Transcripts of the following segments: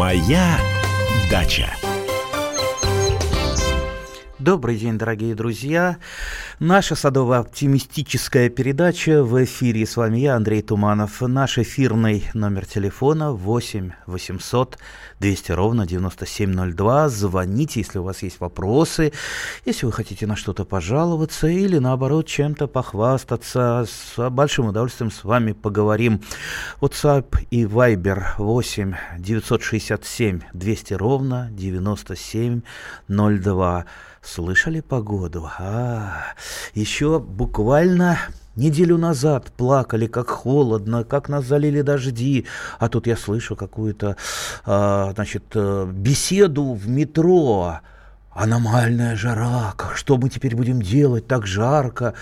Моя дача. Добрый день, дорогие друзья. Наша садово-оптимистическая передача в эфире. С вами я, Андрей Туманов. Наш эфирный номер телефона 8 800 200 ровно 9702. Звоните, если у вас есть вопросы, если вы хотите на что-то пожаловаться или, наоборот, чем-то похвастаться. С большим удовольствием с вами поговорим. WhatsApp и Viber 8 967 200 ровно 9702. Слышали погоду? Еще буквально неделю назад плакали, как холодно, как нас залили дожди. А тут я слышу какую-то, беседу в метро. Аномальная жара. Что мы теперь будем делать? Так жарко.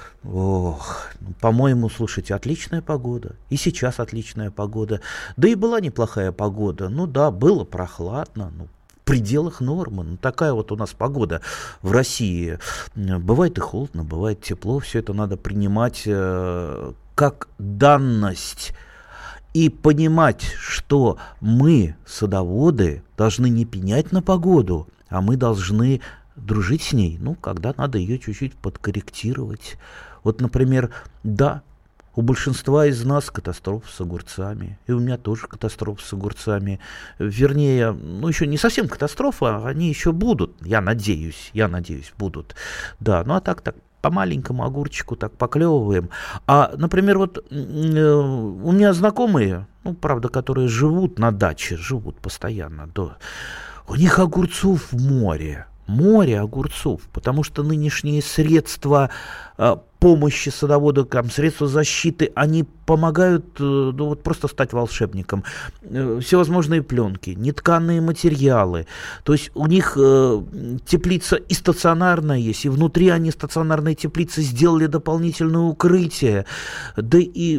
По-моему, слушайте, отличная погода. И сейчас отличная погода. Да и была неплохая погода. Ну да, было прохладно, в пределах нормы. Такая вот у нас погода в России. Бывает и холодно, бывает тепло. Все это надо принимать как данность. И понимать, что мы, садоводы, должны не пенять на погоду, а мы должны дружить с ней. Когда надо ее чуть-чуть подкорректировать. Вот, например, у большинства из нас катастрофа с огурцами. И у меня тоже катастрофа с огурцами. Вернее, еще не совсем катастрофа, они еще будут. Я надеюсь, будут. А так по маленькому огурчику так поклевываем. Например, у меня знакомые, правда, которые живут на даче, живут постоянно, у них огурцов море огурцов, потому что нынешние средства помощи садоводу, средства защиты, они помогают просто стать волшебником. Всевозможные пленки, нетканые материалы. То есть у них теплица и стационарная есть, и внутри они стационарной теплицы сделали дополнительное укрытие. Да и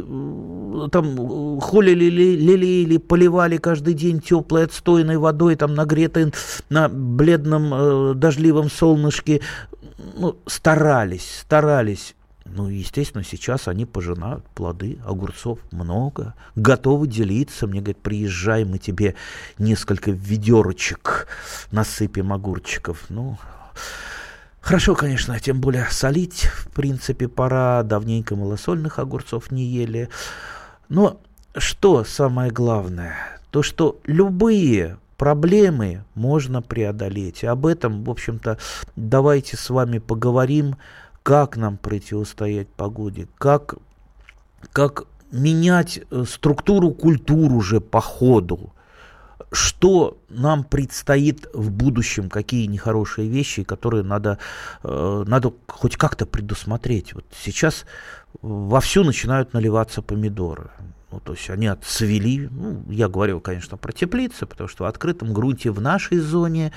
там лелеяли, поливали каждый день теплой отстойной водой, нагретой на бледном дождливом солнышке. Старались. Естественно, сейчас они пожинают плоды, огурцов много, готовы делиться. Мне говорят, приезжай, мы тебе несколько ведерочек насыпем огурчиков. Хорошо, конечно, тем более солить, в принципе, пора. Давненько малосольных огурцов не ели. Но что самое главное? То, что любые проблемы можно преодолеть. И об этом, в общем-то, давайте с вами поговорим, как нам противостоять погоде, как менять структуру культур уже по ходу, что нам предстоит в будущем, какие нехорошие вещи, которые надо хоть как-то предусмотреть. Вот сейчас вовсю начинают наливаться помидоры. То есть они отцвели. Я говорю, конечно, про теплицы, потому что в открытом грунте в нашей зоне,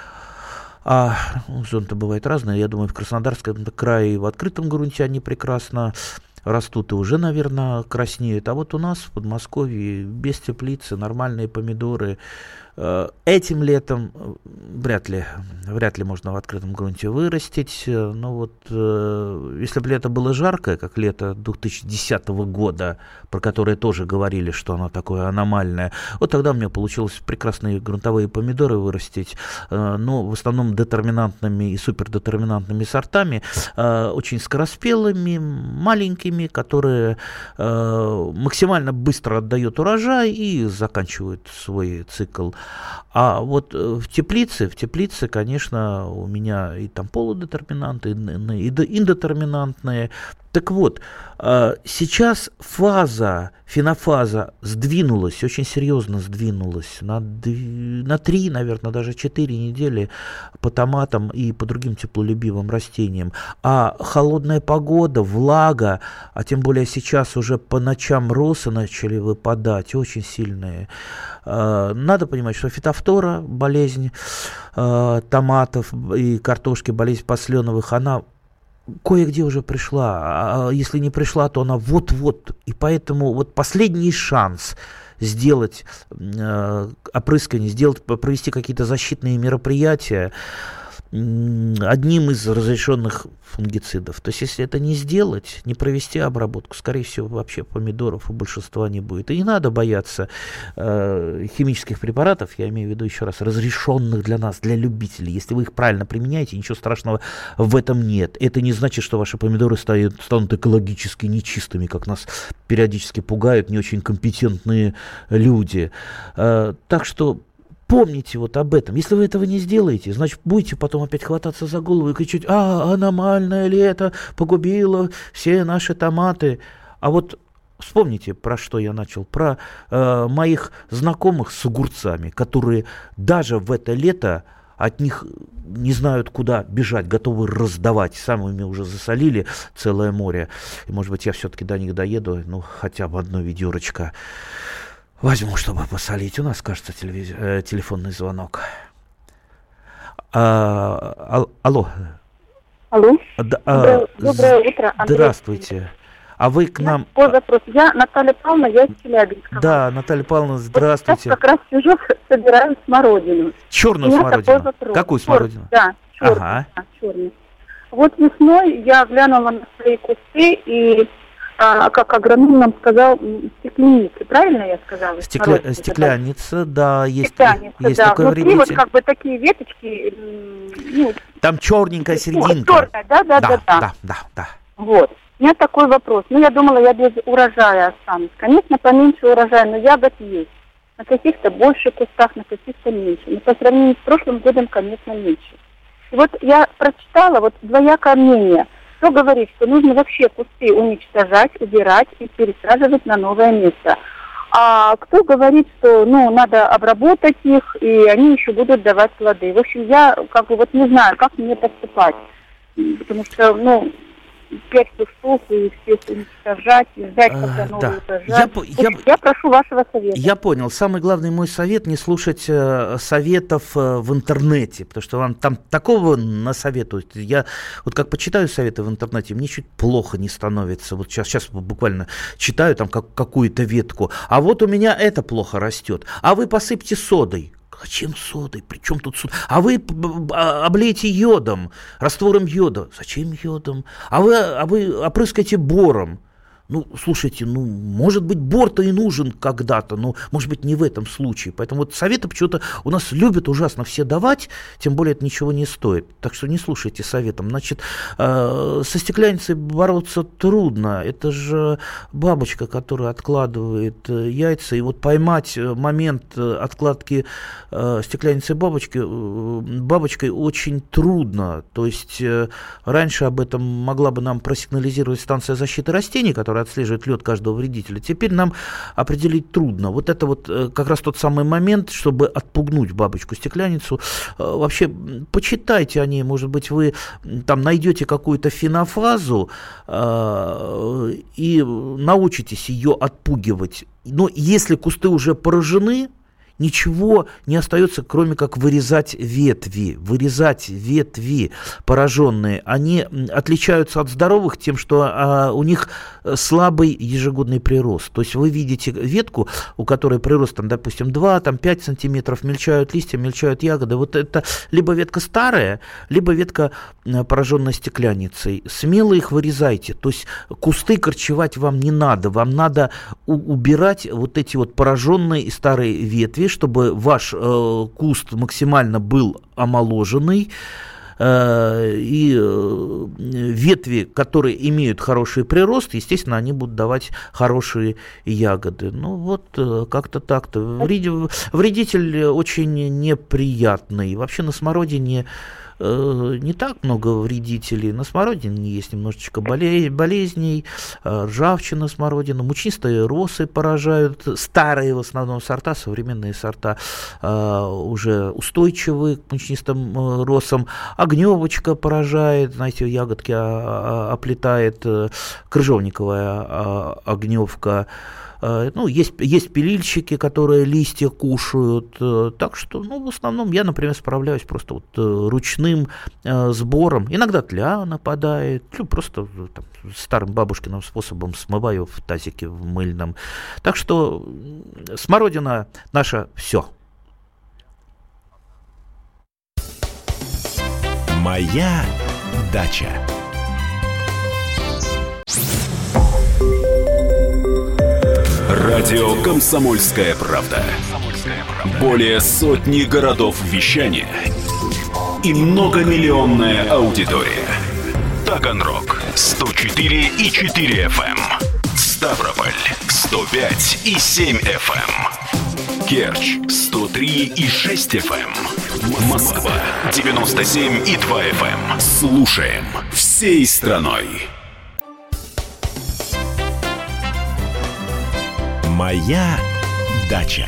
зона-то бывает разная, я думаю, в Краснодарском крае в открытом грунте они прекрасно растут и уже, наверное, краснеют. А вот у нас в Подмосковье без теплицы нормальные помидоры. Этим летом вряд ли можно в открытом грунте вырастить. Но если бы лето было жаркое, как лето 2010 года, про которое тоже говорили, что оно такое аномальное, тогда у меня получилось прекрасные грунтовые помидоры вырастить, но в основном детерминантными и супердетерминантными сортами, очень скороспелыми, маленькими, которые максимально быстро отдают урожай и заканчивают свой цикл. А вот в теплице, конечно, у меня и там полудетерминанты, и индетерминантные. Так вот, сейчас фенофаза сдвинулась, очень серьезно сдвинулась на 3, наверное, даже 4 недели по томатам и по другим теплолюбивым растениям. А холодная погода, влага, а тем более сейчас уже по ночам росы начали выпадать, очень сильные. Надо понимать, что фитофтора, болезнь томатов и картошки, болезнь посленовых, она кое-где уже пришла, а если не пришла, то она вот-вот, и поэтому последний шанс сделать опрыскание, провести какие-то защитные мероприятия, одним из разрешенных фунгицидов. То есть, если это не сделать, не провести обработку, скорее всего, вообще помидоров у большинства не будет. И не надо бояться химических препаратов, я имею в виду еще раз, разрешенных для нас, для любителей. Если вы их правильно применяете, ничего страшного в этом нет. Это не значит, что ваши помидоры станут экологически нечистыми, как нас периодически пугают не очень компетентные люди. Так что помните вот об этом. Если вы этого не сделаете, значит, будете потом опять хвататься за голову и кричать: аномальное лето погубило все наши томаты. А вот вспомните, про что я начал, про моих знакомых с огурцами, которые даже в это лето от них не знают, куда бежать, готовы раздавать. Самыми уже засолили целое море. И, может быть, я все-таки до них доеду, хотя бы одно ведерочко возьму, чтобы посолить. У нас, кажется, телефонный звонок. Алло. Алло. Доброе утро, Андрей. Здравствуйте. А вы к нам... Такой вопрос. Я Наталья Павловна, я из Челябинска. Да, Наталья Павловна, здравствуйте. Вот сейчас как раз сижу, собираю смородину. Черную смородину? Какую смородину? Да, черную. Ага. Да, черную. Вот весной я глянула на свои кусты и, как агроном нам сказал, стекляницы. Правильно я сказала? Стекляница, да, есть да. такой внутри вредитель. Вот как бы такие веточки. Там черненькая серединка. Черная, да. Вот. У меня такой вопрос. Я думала, я без урожая останусь. Конечно, поменьше урожая, но ягод есть. На каких-то больше кустах, на каких-то меньше. Но по сравнению с прошлым годом, конечно, меньше. И вот я прочитала двоякое мнение. Кто говорит, что нужно вообще кусты уничтожать, убирать и пересаживать на новое место. А кто говорит, что надо обработать их, и они еще будут давать плоды. В общем, я не знаю, как мне поступать. Потому что, 5 кустов и всех уничтожать, и ждать, когда новый урожай. Я прошу вашего совета. Я понял. Самый главный мой совет — не слушать советов в интернете, потому что вам там такого насоветуют. Я как почитаю советы в интернете, мне чуть плохо не становится. Вот сейчас буквально читаю там какую-то ветку, а вот у меня это плохо растет, а вы посыпьте содой. Зачем содой? При чем тут сода? А вы облейте йодом, раствором йода. Зачем йодом? А вы опрыскайте бором. Слушайте, может быть, бор-то и нужен когда-то, но, может быть, не в этом случае. Поэтому советы почему-то у нас любят ужасно все давать, тем более это ничего не стоит. Так что не слушайте советом. Значит, со стекляницей бороться трудно. Это же бабочка, которая откладывает яйца. И поймать момент откладки стекляницы бабочкой очень трудно. То есть раньше об этом могла бы нам просигнализировать станция защиты растений, которая отслеживает лед каждого вредителя. Теперь нам определить трудно. Вот это как раз тот самый момент, чтобы отпугнуть бабочку-стекляницу. Вообще, почитайте о ней. Может быть, вы там найдете какую-то фенофазу и научитесь ее отпугивать. Но если кусты уже поражены, ничего не остается, кроме как вырезать ветви пораженные. Они отличаются от здоровых тем, что у них слабый ежегодный прирост. То есть вы видите ветку, у которой прирост, допустим, 2-5 сантиметров, мельчают листья, мельчают ягоды. Вот это либо ветка старая, либо ветка, пораженная стекляницей. Смело их вырезайте. То есть кусты корчевать вам не надо. Вам надо убирать эти пораженные и старые ветви, чтобы ваш куст максимально был омоложенный, и ветви, которые имеют хороший прирост, естественно, они будут давать хорошие ягоды. Как-то так-то. Вредитель очень неприятный. Вообще на смородине не так много вредителей. На смородине есть немножечко болезней, ржавчина смородины, мучнистые росы поражают, старые в основном сорта, современные сорта уже устойчивы к мучнистым росам. Огневочка поражает, знаете, ягодки оплетает, крыжовниковая огневка. Есть пилильщики, которые листья кушают. Так что, в основном я, например, справляюсь просто ручным сбором. Иногда тля нападает. Просто старым бабушкиным способом смываю в тазике в мыльном. Так что смородина наша все. Моя дача. Радио «Комсомольская правда». Более сотни городов вещания и многомиллионная аудитория. Таганрог 104,4 FM, Ставрополь 105,7 FM, Керчь 103,6 FM, Москва 97,2 FM. Слушаем всей страной. Моя дача.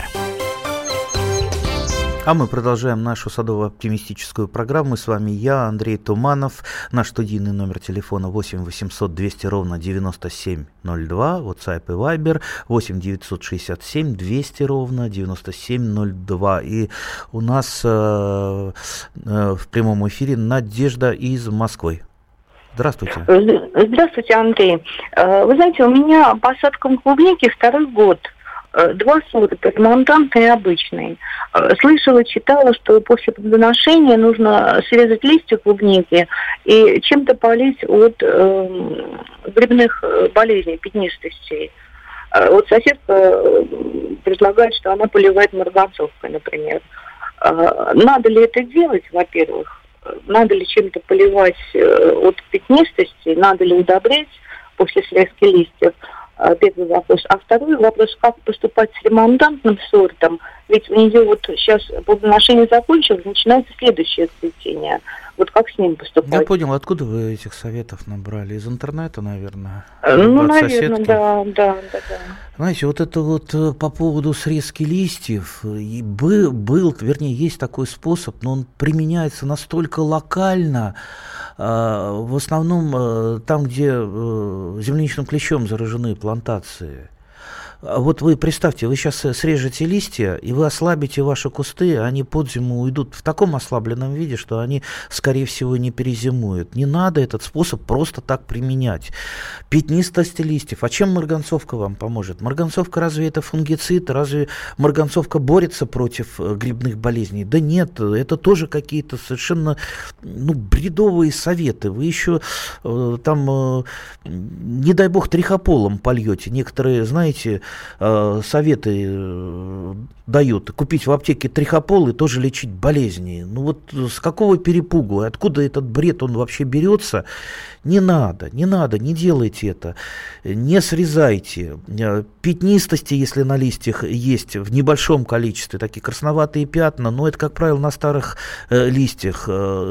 А мы продолжаем нашу садово-оптимистическую программу. С вами я, Андрей Туманов. Наш студийный номер телефона 8 800 200 ровно 9702. WhatsApp и Viber 8 967 200 ровно 9702. И у нас в прямом эфире Надежда из Москвы. Здравствуйте. Здравствуйте, Андрей. Вы знаете, у меня посадка клубники второй год. 2 сорта, ремонтантный и обычный. Слышала, читала, что после плодоношения нужно срезать листья клубники и чем-то полить от грибных болезней, пятнистостей. Вот соседка предлагает, что она поливает марганцовкой, например. Надо ли это делать, во-первых? Надо ли чем-то поливать от пятнистости? Надо ли удобрять после срезки листьев? Первый вопрос. А второй вопрос, как поступать с ремонтантным сортом? Ведь у нее вот сейчас плодоношение закончилось, начинается следующее цветение. Вот как с ним поступать? Я понял, откуда вы этих советов набрали? Из интернета, наверное? Ну, наверное, да. Знаете, вот это вот по поводу срезки листьев, есть такой способ, но он применяется настолько локально, в основном там, где земляничным клещом заражены плантации. Вот вы представьте, вы сейчас срежете листья, и вы ослабите ваши кусты, они под зиму уйдут в таком ослабленном виде, что они, скорее всего, не перезимуют. Не надо этот способ просто так применять. Пятнистость листьев. А чем марганцовка вам поможет? Марганцовка разве это фунгицид? Разве марганцовка борется против грибных болезней? Да нет, это тоже какие-то совершенно бредовые советы. Вы еще не дай бог, трихополом польете. Некоторые, знаете, советы дают дают. Купить в аптеке трихопол и тоже лечить болезни. Ну вот с какого перепугу? Откуда этот бред он вообще берется? Не надо, не делайте это. Не срезайте. Пятнистости, если на листьях есть в небольшом количестве, такие красноватые пятна, но это, как правило, на старых листьях.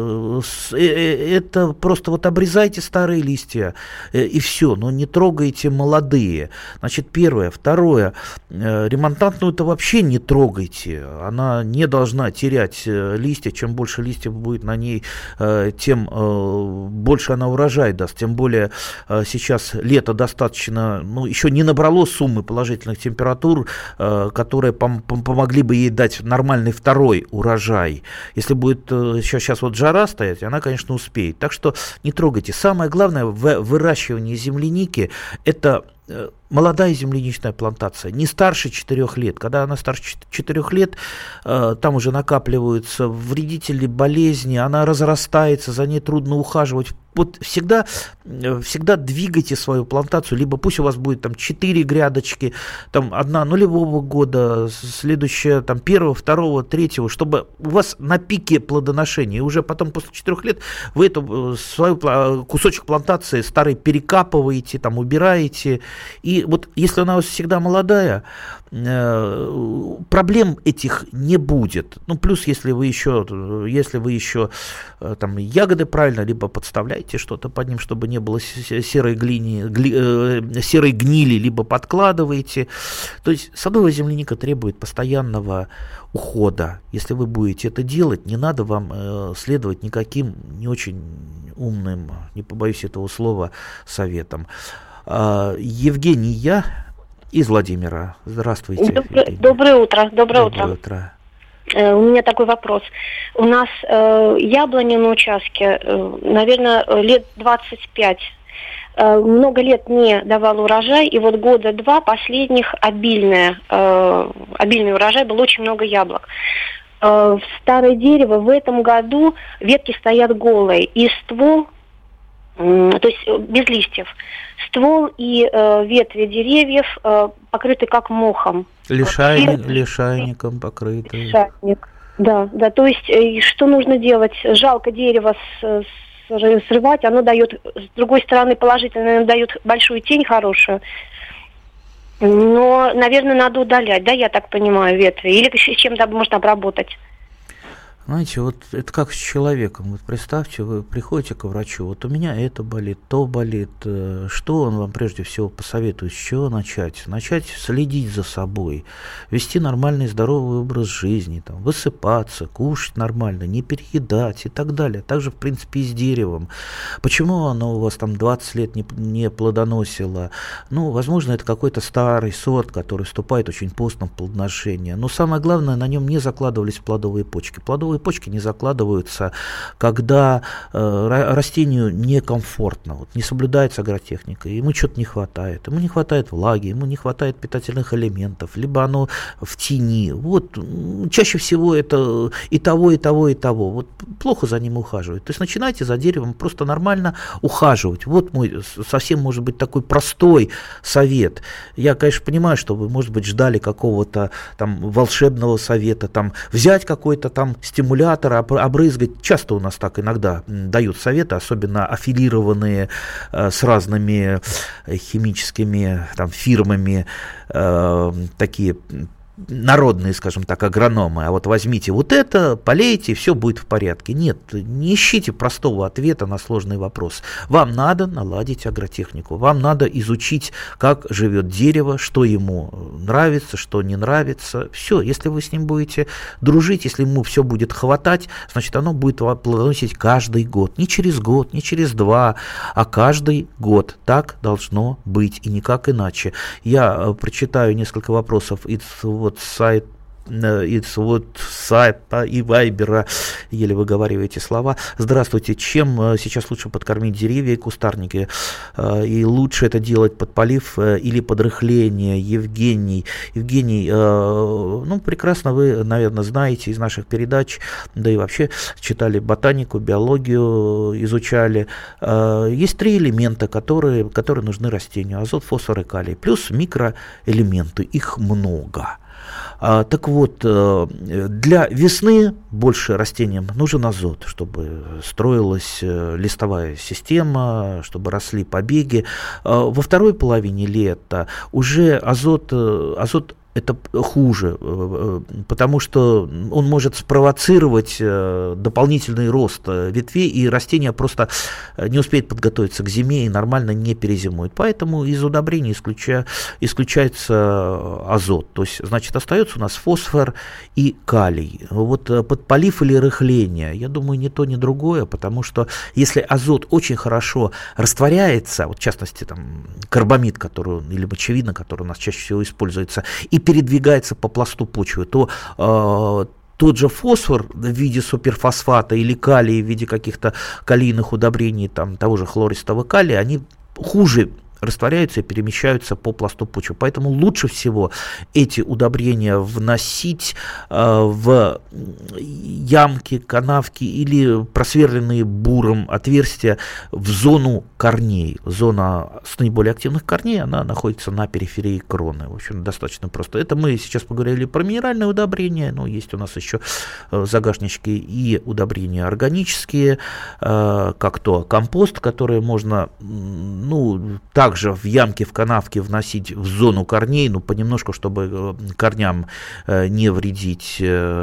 Это просто вот обрезайте старые листья и все, но не трогайте молодые. Значит, первое. Второе. Ремонтантную-то вообще не трогайте. Она не должна терять листья. Чем больше листьев будет на ней, тем больше она урожай даст. Тем более сейчас лето достаточно, еще не набрало суммы положительных температур, которые помогли бы ей дать нормальный второй урожай. Если будет сейчас вот жара стоять, она, конечно, успеет. Так что не трогайте. Самое главное в выращивании земляники – это молодая земляничная плантация, не старше 4 лет. Когда она старше 4 лет, там уже накапливаются вредители, болезни, она разрастается, за ней трудно ухаживать. Вот всегда двигайте свою плантацию, либо пусть у вас будет там 4 грядочки, там одна нулевого года, следующая там 1, 2, 3, чтобы у вас на пике плодоношения, и уже потом после 4 лет вы эту свою кусочек плантации старый перекапываете, там убираете. И вот если она у вас всегда молодая, проблем этих не будет. Плюс, если вы еще там ягоды правильно либо подставляете что-то под ним, чтобы не было серой гнили, либо подкладываете. То есть садовая земляника требует постоянного ухода. Если вы будете это делать, не надо вам следовать никаким не очень умным, не побоюсь этого слова, советам. Евгения из Владимира. Здравствуйте. Доброе утро. Доброе утро. У меня такой вопрос. У нас яблони на участке, наверное, лет 25. Много лет не давал урожай, и вот 2 года последних обильный урожай, было очень много яблок. в старое дерево в этом году ветки стоят голые, и ствол, то есть без листьев, ствол и ветви деревьев покрыты как мохом. Лишайником покрыты. Лишайник, да, то есть что нужно делать? Жалко дерево срывать, оно дает, с другой стороны, положительно, оно дает большую тень хорошую. Но, наверное, надо удалять, да, я так понимаю, ветви, или с чем-то можно обработать. Знаете, вот это как с человеком. Вот представьте, вы приходите к врачу, вот у меня это болит, то болит. Что он вам прежде всего посоветует? С чего начать? Начать следить за собой, вести нормальный здоровый образ жизни, там, высыпаться, кушать нормально, не переедать и так далее. Также, в принципе, и с деревом. Почему оно у вас там 20 лет не плодоносило? Ну, возможно, это какой-то старый сорт, который вступает очень поздно в плодоношение. Но самое главное, на нем не закладывались плодовые почки. Плодовые почки не закладываются, когда растению некомфортно, вот, не соблюдается агротехника, ему что-то не хватает, ему не хватает влаги, ему не хватает питательных элементов, либо оно в тени. Вот, чаще всего это и того, и того, и того. Вот, плохо за ним ухаживать. То есть начинайте за деревом просто нормально ухаживать. Вот мой совсем, может быть, такой простой совет. Я, конечно, понимаю, что вы, может быть, ждали какого-то там волшебного совета, там взять какой-то там стимулятор, обрызгать. Часто у нас так иногда дают советы, особенно аффилированные с разными химическими там, фирмами, такие народные, скажем так, агрономы, а вот возьмите вот это, полейте, все будет в порядке. Нет, не ищите простого ответа на сложный вопрос. Вам надо наладить агротехнику, вам надо изучить, как живет дерево, что ему нравится, что не нравится. Все, если вы с ним будете дружить, если ему все будет хватать, значит, оно будет плодоносить каждый год. Не через год, не через два, а каждый год. Так должно быть и никак иначе. Я прочитаю несколько вопросов из сайта и Вайбера, еле выговариваете слова. Здравствуйте, чем сейчас лучше подкормить деревья и кустарники? И лучше это делать подполив или подрыхление? Евгений, ну, прекрасно вы, наверное, знаете из наших передач, да и вообще читали ботанику, биологию, изучали. Есть 3 элемента, которые нужны растению: азот, фосфор и калий, плюс микроэлементы, их много. Так вот, для весны больше растениям нужен азот, чтобы строилась листовая система, чтобы росли побеги. Во второй половине лета уже азот это хуже, потому что он может спровоцировать дополнительный рост ветвей, и растение просто не успеет подготовиться к зиме и нормально не перезимует. Поэтому из удобрений исключается азот. То есть, значит, остается у нас фосфор и калий. Вот подполив или рыхление, я думаю, ни то, ни другое, потому что если азот очень хорошо растворяется, вот в частности, там, карбамид, или мочевина, который у нас чаще всего используется, и передвигается по пласту почвы, то тот же фосфор в виде суперфосфата или калий в виде каких-то калийных удобрений, там, того же хлористого калия, они хуже растворяются и перемещаются по пласту почвы. Поэтому лучше всего эти удобрения вносить в ямки, канавки или просверленные буром отверстия в зону корней. Зона с наиболее активных корней, она находится на периферии кроны. В общем, достаточно просто. Это мы сейчас поговорили про минеральные удобрения, но есть у нас еще в загашничке и удобрения органические, как то компост, который можно, также в ямке, в канавке вносить в зону корней, понемножку, чтобы корням не вредить.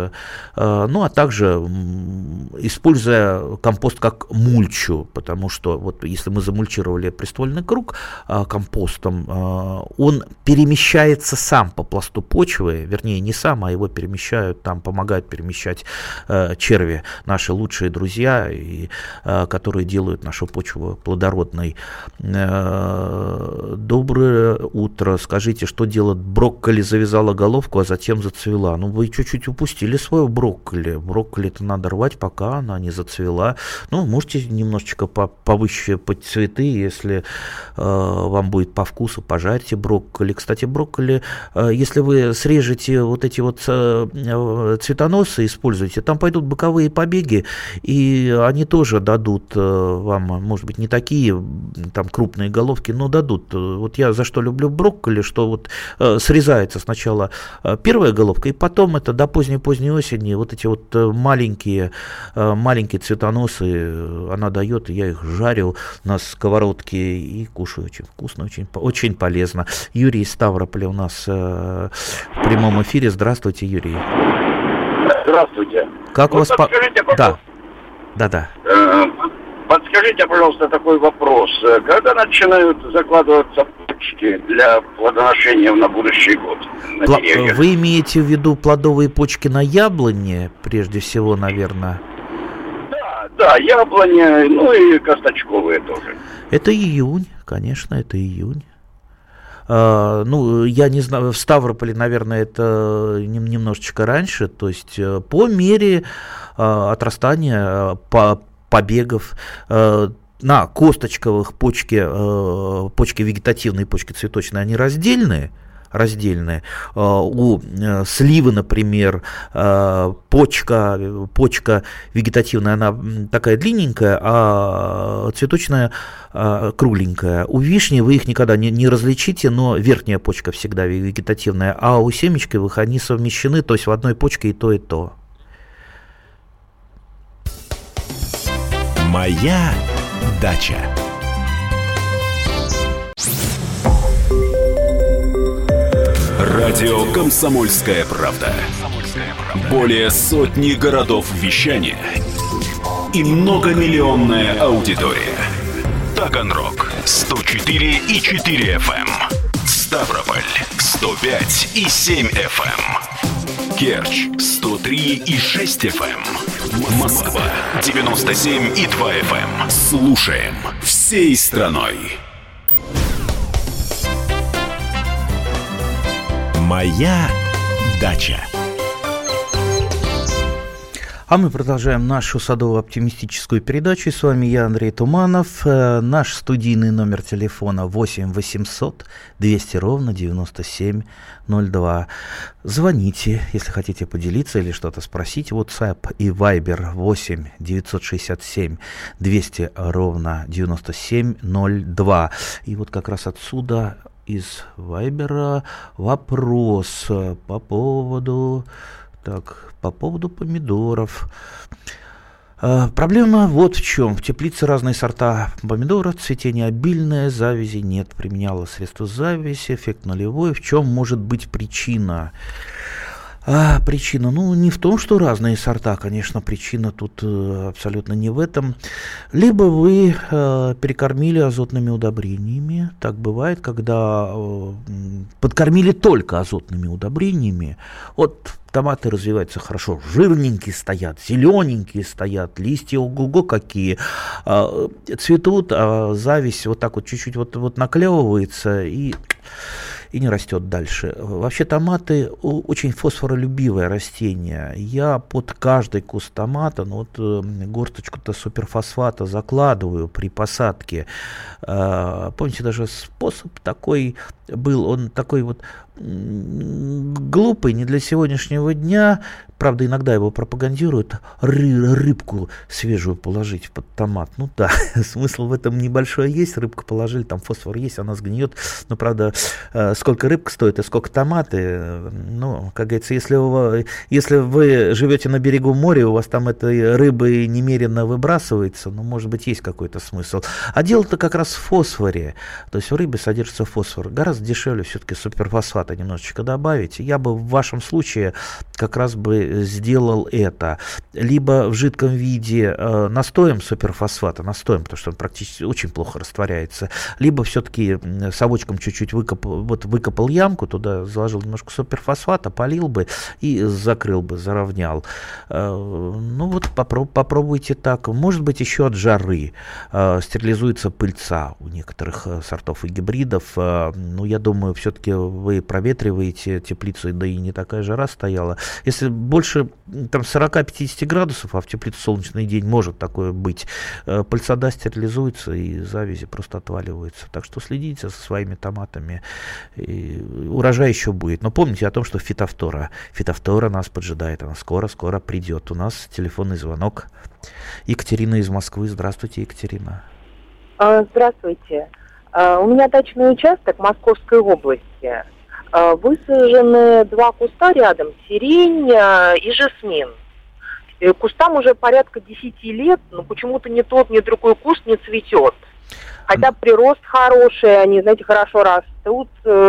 А также используя компост как мульчу, потому что вот если мы замульчировали приствольный круг компостом, он перемещается сам по пласту почвы, вернее не сам, а его перемещают, там помогают перемещать черви, наши лучшие друзья, которые делают нашу почву плодородной. Доброе утро. Скажите, что делать? Брокколи завязала головку, а затем зацвела. Ну, вы чуть-чуть упустили свою брокколи. Брокколи-то надо рвать, пока она не зацвела. Ну, можете немножечко повыше под цветы, если вам будет по вкусу, пожарьте брокколи. Кстати, брокколи, если вы срежете вот эти вот цветоносы, используете, там пойдут боковые побеги, и они тоже дадут вам, может быть, не такие там крупные головки, но дадут. Вот я за что люблю брокколи, что вот срезается сначала первая головка, и потом это до поздней осени вот эти вот маленькие цветоносы она дает, я их жарю на сковородке и кушаю. Очень вкусно, очень полезно. Юрий из Ставрополя у нас в прямом эфире. Здравствуйте, Юрий. Здравствуйте. Как вот у вас... Подскажите, Да. Подскажите, пожалуйста, такой вопрос. Когда начинают закладываться почки для плодоношения на будущий год? Вы имеете в виду плодовые почки на яблоне, прежде всего, наверное? Да, яблони, ну и косточковые тоже. Это июнь, конечно, это июнь. Ну, я не знаю, в Ставрополе, наверное, это немножечко раньше, то есть по мере отрастания побегов на косточковых почки вегетативные, почки цветочные, они раздельные. У сливы, например, почка вегетативная, она такая длинненькая, а цветочная кругленькая. У вишни вы их никогда не различите, но верхняя почка всегда вегетативная, а у семечковых они совмещены, то есть в одной почке и то, и то. Моя дача. Радио «Комсомольская правда». Более сотни городов вещания и многомиллионная аудитория. Таганрог 104,4 FM, Ставрополь 105,7 FM, Керчь 103,6 FM, Москва 97,2 FM. Слушаем всей страной. Моя дача. А мы продолжаем нашу садово-оптимистическую передачу. С вами я, Андрей Туманов. Наш студийный номер телефона 8 800 200 ровно 9702. Звоните, если хотите поделиться или что-то спросить. WhatsApp и Viber 8 967 200 ровно 9702. И вот как раз отсюда из Вайбера вопрос по поводу помидоров. Проблема вот в чем. В теплице разные сорта помидоров, цветение обильное, завязи нет. Применяла средства завязи, эффект нулевой. В чем может быть причина? Причина, не в том, что разные сорта, конечно, причина тут абсолютно не в этом. Либо вы перекормили азотными удобрениями, так бывает, когда подкормили только азотными удобрениями. Вот томаты развиваются хорошо, жирненькие стоят, зелененькие стоят, листья ого-го какие, цветут, а зависть вот так вот чуть-чуть вот наклевывается и не растет дальше. Вообще томаты очень фосфоролюбивое растение. Я под каждый куст томата, горсточку-то суперфосфата закладываю при посадке. Помните, даже способ такой был, он такой вот глупый, не для сегодняшнего дня. Правда, иногда его пропагандируют, рыбку свежую положить под томат. Смысл в этом небольшой есть. Рыбку положили, там фосфор есть, она сгниет. Но, правда, сколько рыбка стоит и сколько томаты, как говорится, если вы живете на берегу моря, у вас там этой рыбы немерено выбрасывается, может быть, есть какой-то смысл. А дело-то как раз в фосфоре. То есть в рыбе содержится фосфор. Гораздо дешевле все-таки суперфосфата немножечко добавить. Я бы в вашем случае как раз бы бы сделал это либо в жидком виде настоем суперфосфата, потому что он практически очень плохо растворяется, либо все-таки совочком чуть-чуть выкопал ямку, туда заложил немножко суперфосфата, полил бы и закрыл бы, заровнял. Ну вот попробуйте так. Может быть, еще от жары стерилизуется пыльца у некоторых сортов и гибридов. Ну, я думаю, все-таки вы проветриваете теплицу, да и не такая жара стояла. Если больше там 40-50 градусов, а в теплице солнечный день может такое быть, пыльца, да, стерилизуется и завязи просто отваливаются. Так что следите за своими томатами. И урожай еще будет. Но помните о том, что фитофтора нас поджидает. Она скоро придет. У нас телефонный звонок. Екатерина из Москвы. Здравствуйте, Екатерина. Здравствуйте. У меня дачный участок в Московской области. Высажены 2 куста рядом, сирень и жасмин. Кустам уже порядка 10 лет, но почему-то ни тот, ни другой куст не цветет. Хотя прирост хороший, они, знаете, хорошо растут,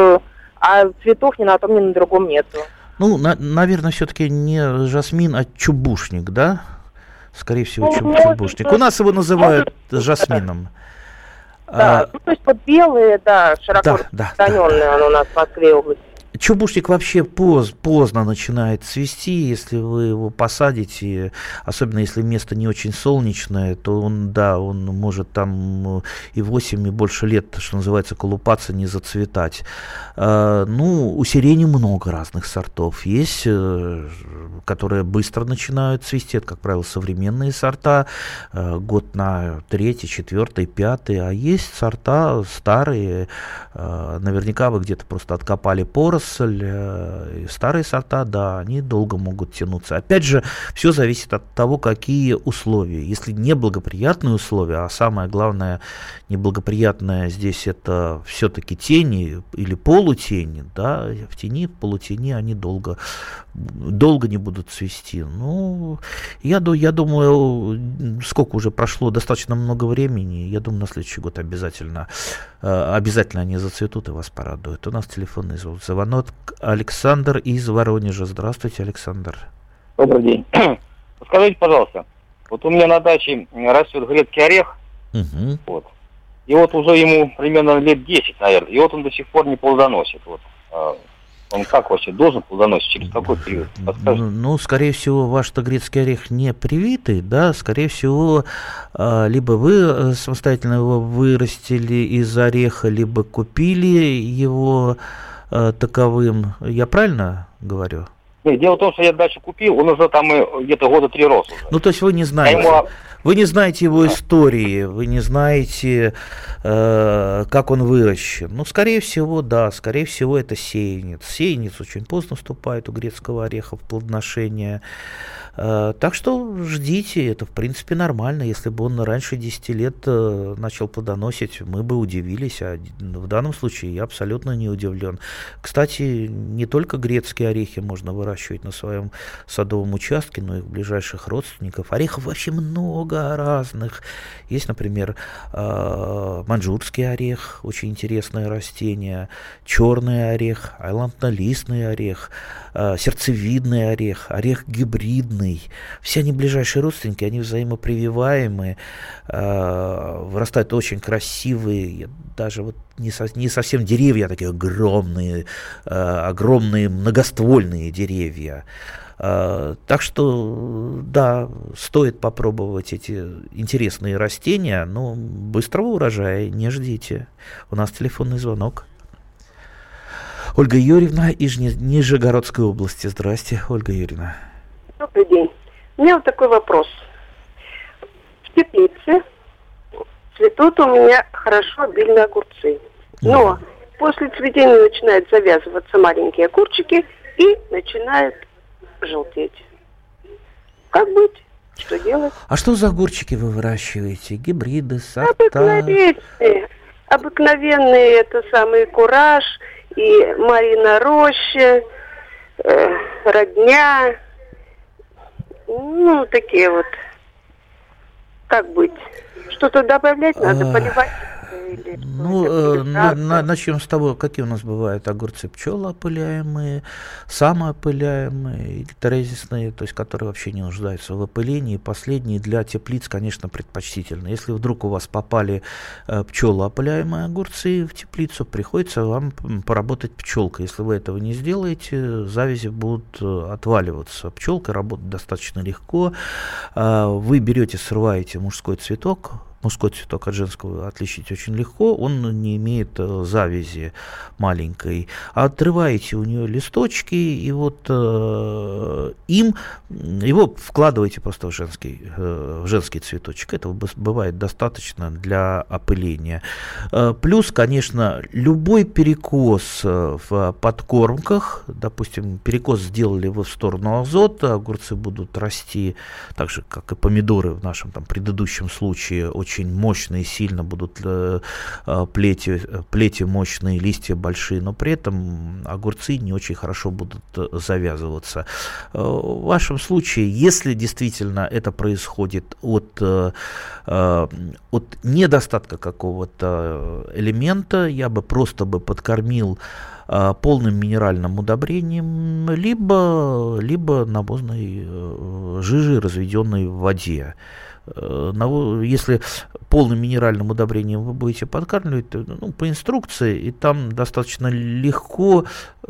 а цветов ни на том, ни на другом нету. Ну, наверное, все-таки не жасмин, а чубушник, да? Скорее всего, чубушник. У нас его называют жасмином. Да, то есть вот белые, да, широко распространенные он у нас в Москве области. Чубушник вообще поздно начинает цвести, если вы его посадите, особенно если место не очень солнечное, то он может там и 8, и больше лет, что называется, колупаться, не зацветать. Ну, у сирени много разных сортов. Есть, которые быстро начинают цвести, это, как правило, современные сорта, год на 3-й, 4-й, 5-й, а есть сорта старые, наверняка вы где-то просто откопали поросль. Старые сорта, да, они долго могут тянуться. Опять же, все зависит от того, какие условия. Если неблагоприятные условия, а самое главное неблагоприятное здесь это все-таки тени или полутени, да, в тени, в полутени они долго не будут цвести. Ну, я думаю, сколько уже прошло, достаточно много времени, я думаю, на следующий год обязательно они зацветут и вас порадуют. У нас телефонный звонок. Александр из Воронежа. Здравствуйте, Александр. Добрый день. Скажите, пожалуйста, вот у меня на даче растет грецкий орех, вот, и вот уже ему примерно лет 10, наверное, и вот он до сих пор не плодоносит. Вот. Он как вообще должен плодоносить? Через какой период? Ну, скорее всего, ваш-то грецкий орех не привитый, да, скорее всего, либо вы самостоятельно его вырастили из ореха, либо купили его таковым. Я правильно говорю? Нет, дело в том, что я дачу купил, он уже там где-то года 3 рос уже. Ну, то есть вы не знаете. Вы не знаете его истории, вы не знаете, как он выращен. Ну, скорее всего, да, скорее всего, это сеянец. Сеянец очень поздно вступает у грецкого ореха в плодоношение. Так что ждите, это в принципе нормально. Если бы он раньше 10 лет начал плодоносить, мы бы удивились, а в данном случае я абсолютно не удивлен. Кстати, не только грецкие орехи можно выращивать на своем садовом участке, но и в ближайших родственников. Орехов вообще много разных. Есть, например, маньчжурский орех, очень интересное растение, черный орех, айлантнолистный орех, сердцевидный орех, орех гибридный. Все они ближайшие родственники, они взаимопрививаемые, вырастают очень красивые, даже вот не совсем деревья, а такие огромные многоствольные деревья. Так что, да, стоит попробовать эти интересные растения, но быстрого урожая не ждите. У нас телефонный звонок. Ольга Юрьевна из Нижегородской области. Здрасте, Ольга Юрьевна. Добрый день. У меня вот такой вопрос. В теплице цветут у меня хорошо обильные огурцы. Но после цветения начинают завязываться маленькие огурчики и начинают желтеть. Как быть? Что делать? А что за огурчики вы выращиваете? Гибриды, сорта? Обыкновенные, это самый Кураж и Марина Роща, Родня. Ну, такие вот. Как быть? Что-то добавлять надо, поливать? Или начнем с того, какие у нас бывают огурцы пчелоопыляемые, самоопыляемые или терезисные, то есть которые вообще не нуждаются в опылении. Последние для теплиц, конечно, предпочтительны. Если вдруг у вас попали пчелоопыляемые огурцы в теплицу, приходится вам поработать пчелкой. Если вы этого не сделаете, завязи будут отваливаться. Пчелка работает достаточно легко. Вы берете, срываете мужской цветок. Мужской цветок от женского отличить очень легко, он не имеет завязи маленькой. Отрываете у нее листочки, и вот его вкладываете просто в женский цветочек. Этого бывает достаточно для опыления. Плюс, конечно, любой перекос в подкормках, допустим, перекос сделали вы в сторону азота, огурцы будут расти так же, как и помидоры в нашем предыдущем случае, очень мощные, сильно будут плети мощные, листья большие, но при этом огурцы не очень хорошо будут завязываться. В вашем случае, если действительно это происходит от недостатка какого-то элемента, я бы просто подкормил полным минеральным удобрением, либо навозной жижей, разведенной в воде. Если полным минеральным удобрением вы будете подкармливать, по инструкции, и там достаточно легко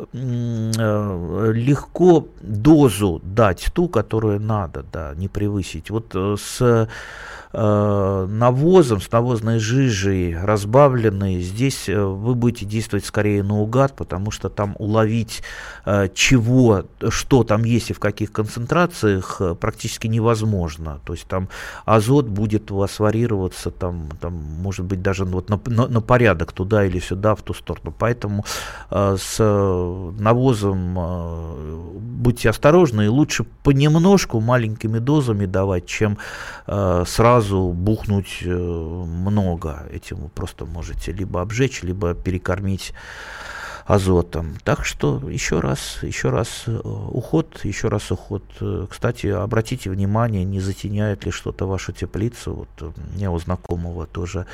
дозу дать ту, которую надо, не превысить. Вот с навозом, с навозной жижей разбавленной, здесь вы будете действовать скорее наугад, потому что там уловить что там есть и в каких концентрациях практически невозможно. То есть там азот будет у вас варьироваться, там может быть даже на порядок туда или сюда, в ту сторону. Поэтому с навозом будьте осторожны, и лучше понемножку, маленькими дозами давать, чем сразу бухнуть много. Этим вы просто можете либо обжечь, либо перекормить азотом. Так что еще раз уход. Кстати, обратите внимание, не затеняет ли что-то вашу теплицу. Вот у меня у знакомого тоже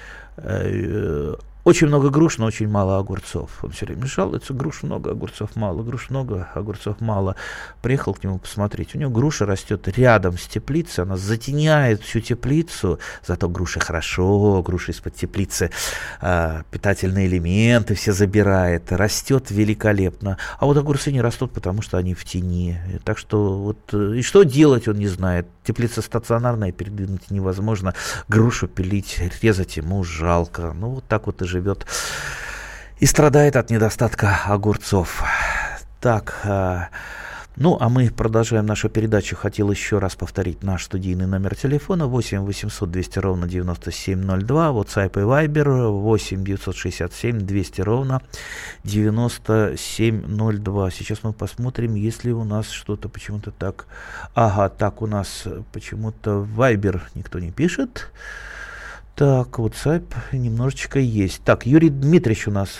очень много груш, но очень мало огурцов. Он все время жалуется: груш много, огурцов мало, груш много, огурцов мало. Приехал к нему посмотреть. У него груша растет рядом с теплицей, она затеняет всю теплицу, зато груша хорошо, груша из-под теплицы питательные элементы все забирает, растет великолепно. А вот огурцы не растут, потому что они в тени. Так что и что делать он не знает. Теплица стационарная, передвинуть невозможно. Грушу пилить, резать ему жалко. Вот так вот и живет и страдает от недостатка огурцов. Так, а мы продолжаем нашу передачу. Хотел еще раз повторить наш студийный номер телефона 8 800 200 ровно 9702, WhatsApp и Viber 8 967 200 ровно 9702. Сейчас мы посмотрим, есть ли у нас что-то почему-то так. Так у нас почему-то Viber никто не пишет. Так, WhatsApp немножечко есть. Так, Юрий Дмитриевич у нас.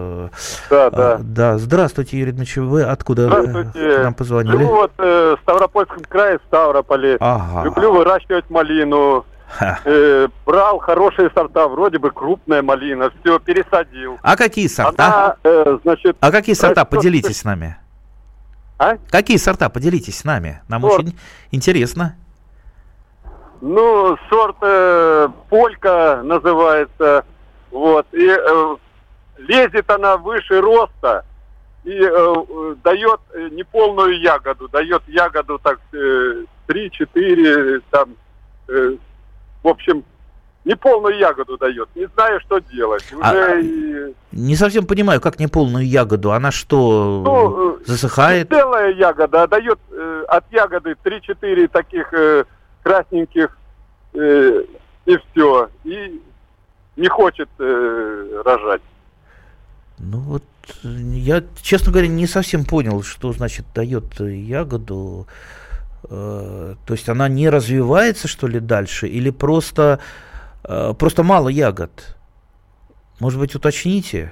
Да. Здравствуйте, Юрий Дмитриевич. Вы откуда к нам позвонили? Живу в Ставропольском крае, в Ставрополе. Люблю выращивать малину. Брал хорошие сорта, вроде бы крупная малина. Все, пересадил. А какие сорта? Какие сорта? Поделитесь с нами. Какие сорта? Поделитесь с нами. Нам очень интересно. Сорт полька называется, и лезет она выше роста и дает неполную ягоду, дает ягоду так 3-4, в общем, неполную ягоду дает. Не знаю, что делать. Не совсем понимаю, как неполную ягоду. Она что, засыхает? Целая ягода, а дает от ягоды 3-4 таких красненьких, и все. И не хочет рожать. Я, честно говоря, не совсем понял, что значит дает ягоду. То есть она не развивается, что ли, дальше? Или просто мало ягод? Может быть, уточните?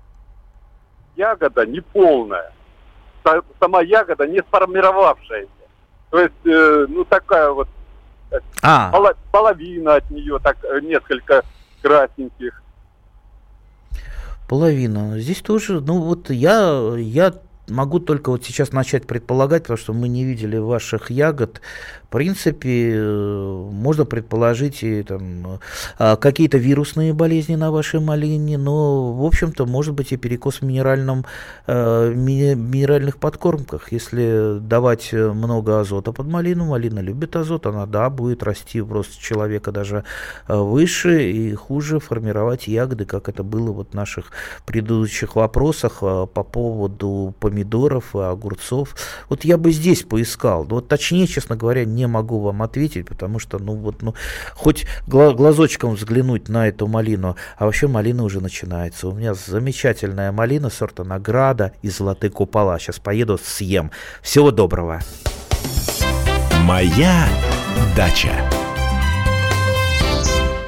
Ягода не полная. Сама ягода не сформировавшаяся. То есть, такая вот половина от нее, так несколько красненьких. Половина. Здесь тоже, ну вот я могу только вот сейчас начать предполагать, потому что мы не видели ваших ягод. В принципе, можно предположить и там какие-то вирусные болезни на вашей малине, но, в общем-то, может быть и перекос в минеральных подкормках. Если давать много азота под малину, малина любит азот, она, да, будет расти в рост человека даже выше и хуже формировать ягоды, как это было вот в наших предыдущих вопросах по поводу помидоров и огурцов. Вот я бы здесь поискал. Вот точнее, честно говоря, не могу вам ответить, потому что, хоть глазочком взглянуть на эту малину, а вообще малина уже начинается. У меня замечательная малина сорта Награда и Золотые купола. Сейчас поеду, съем. Всего доброго. Моя дача.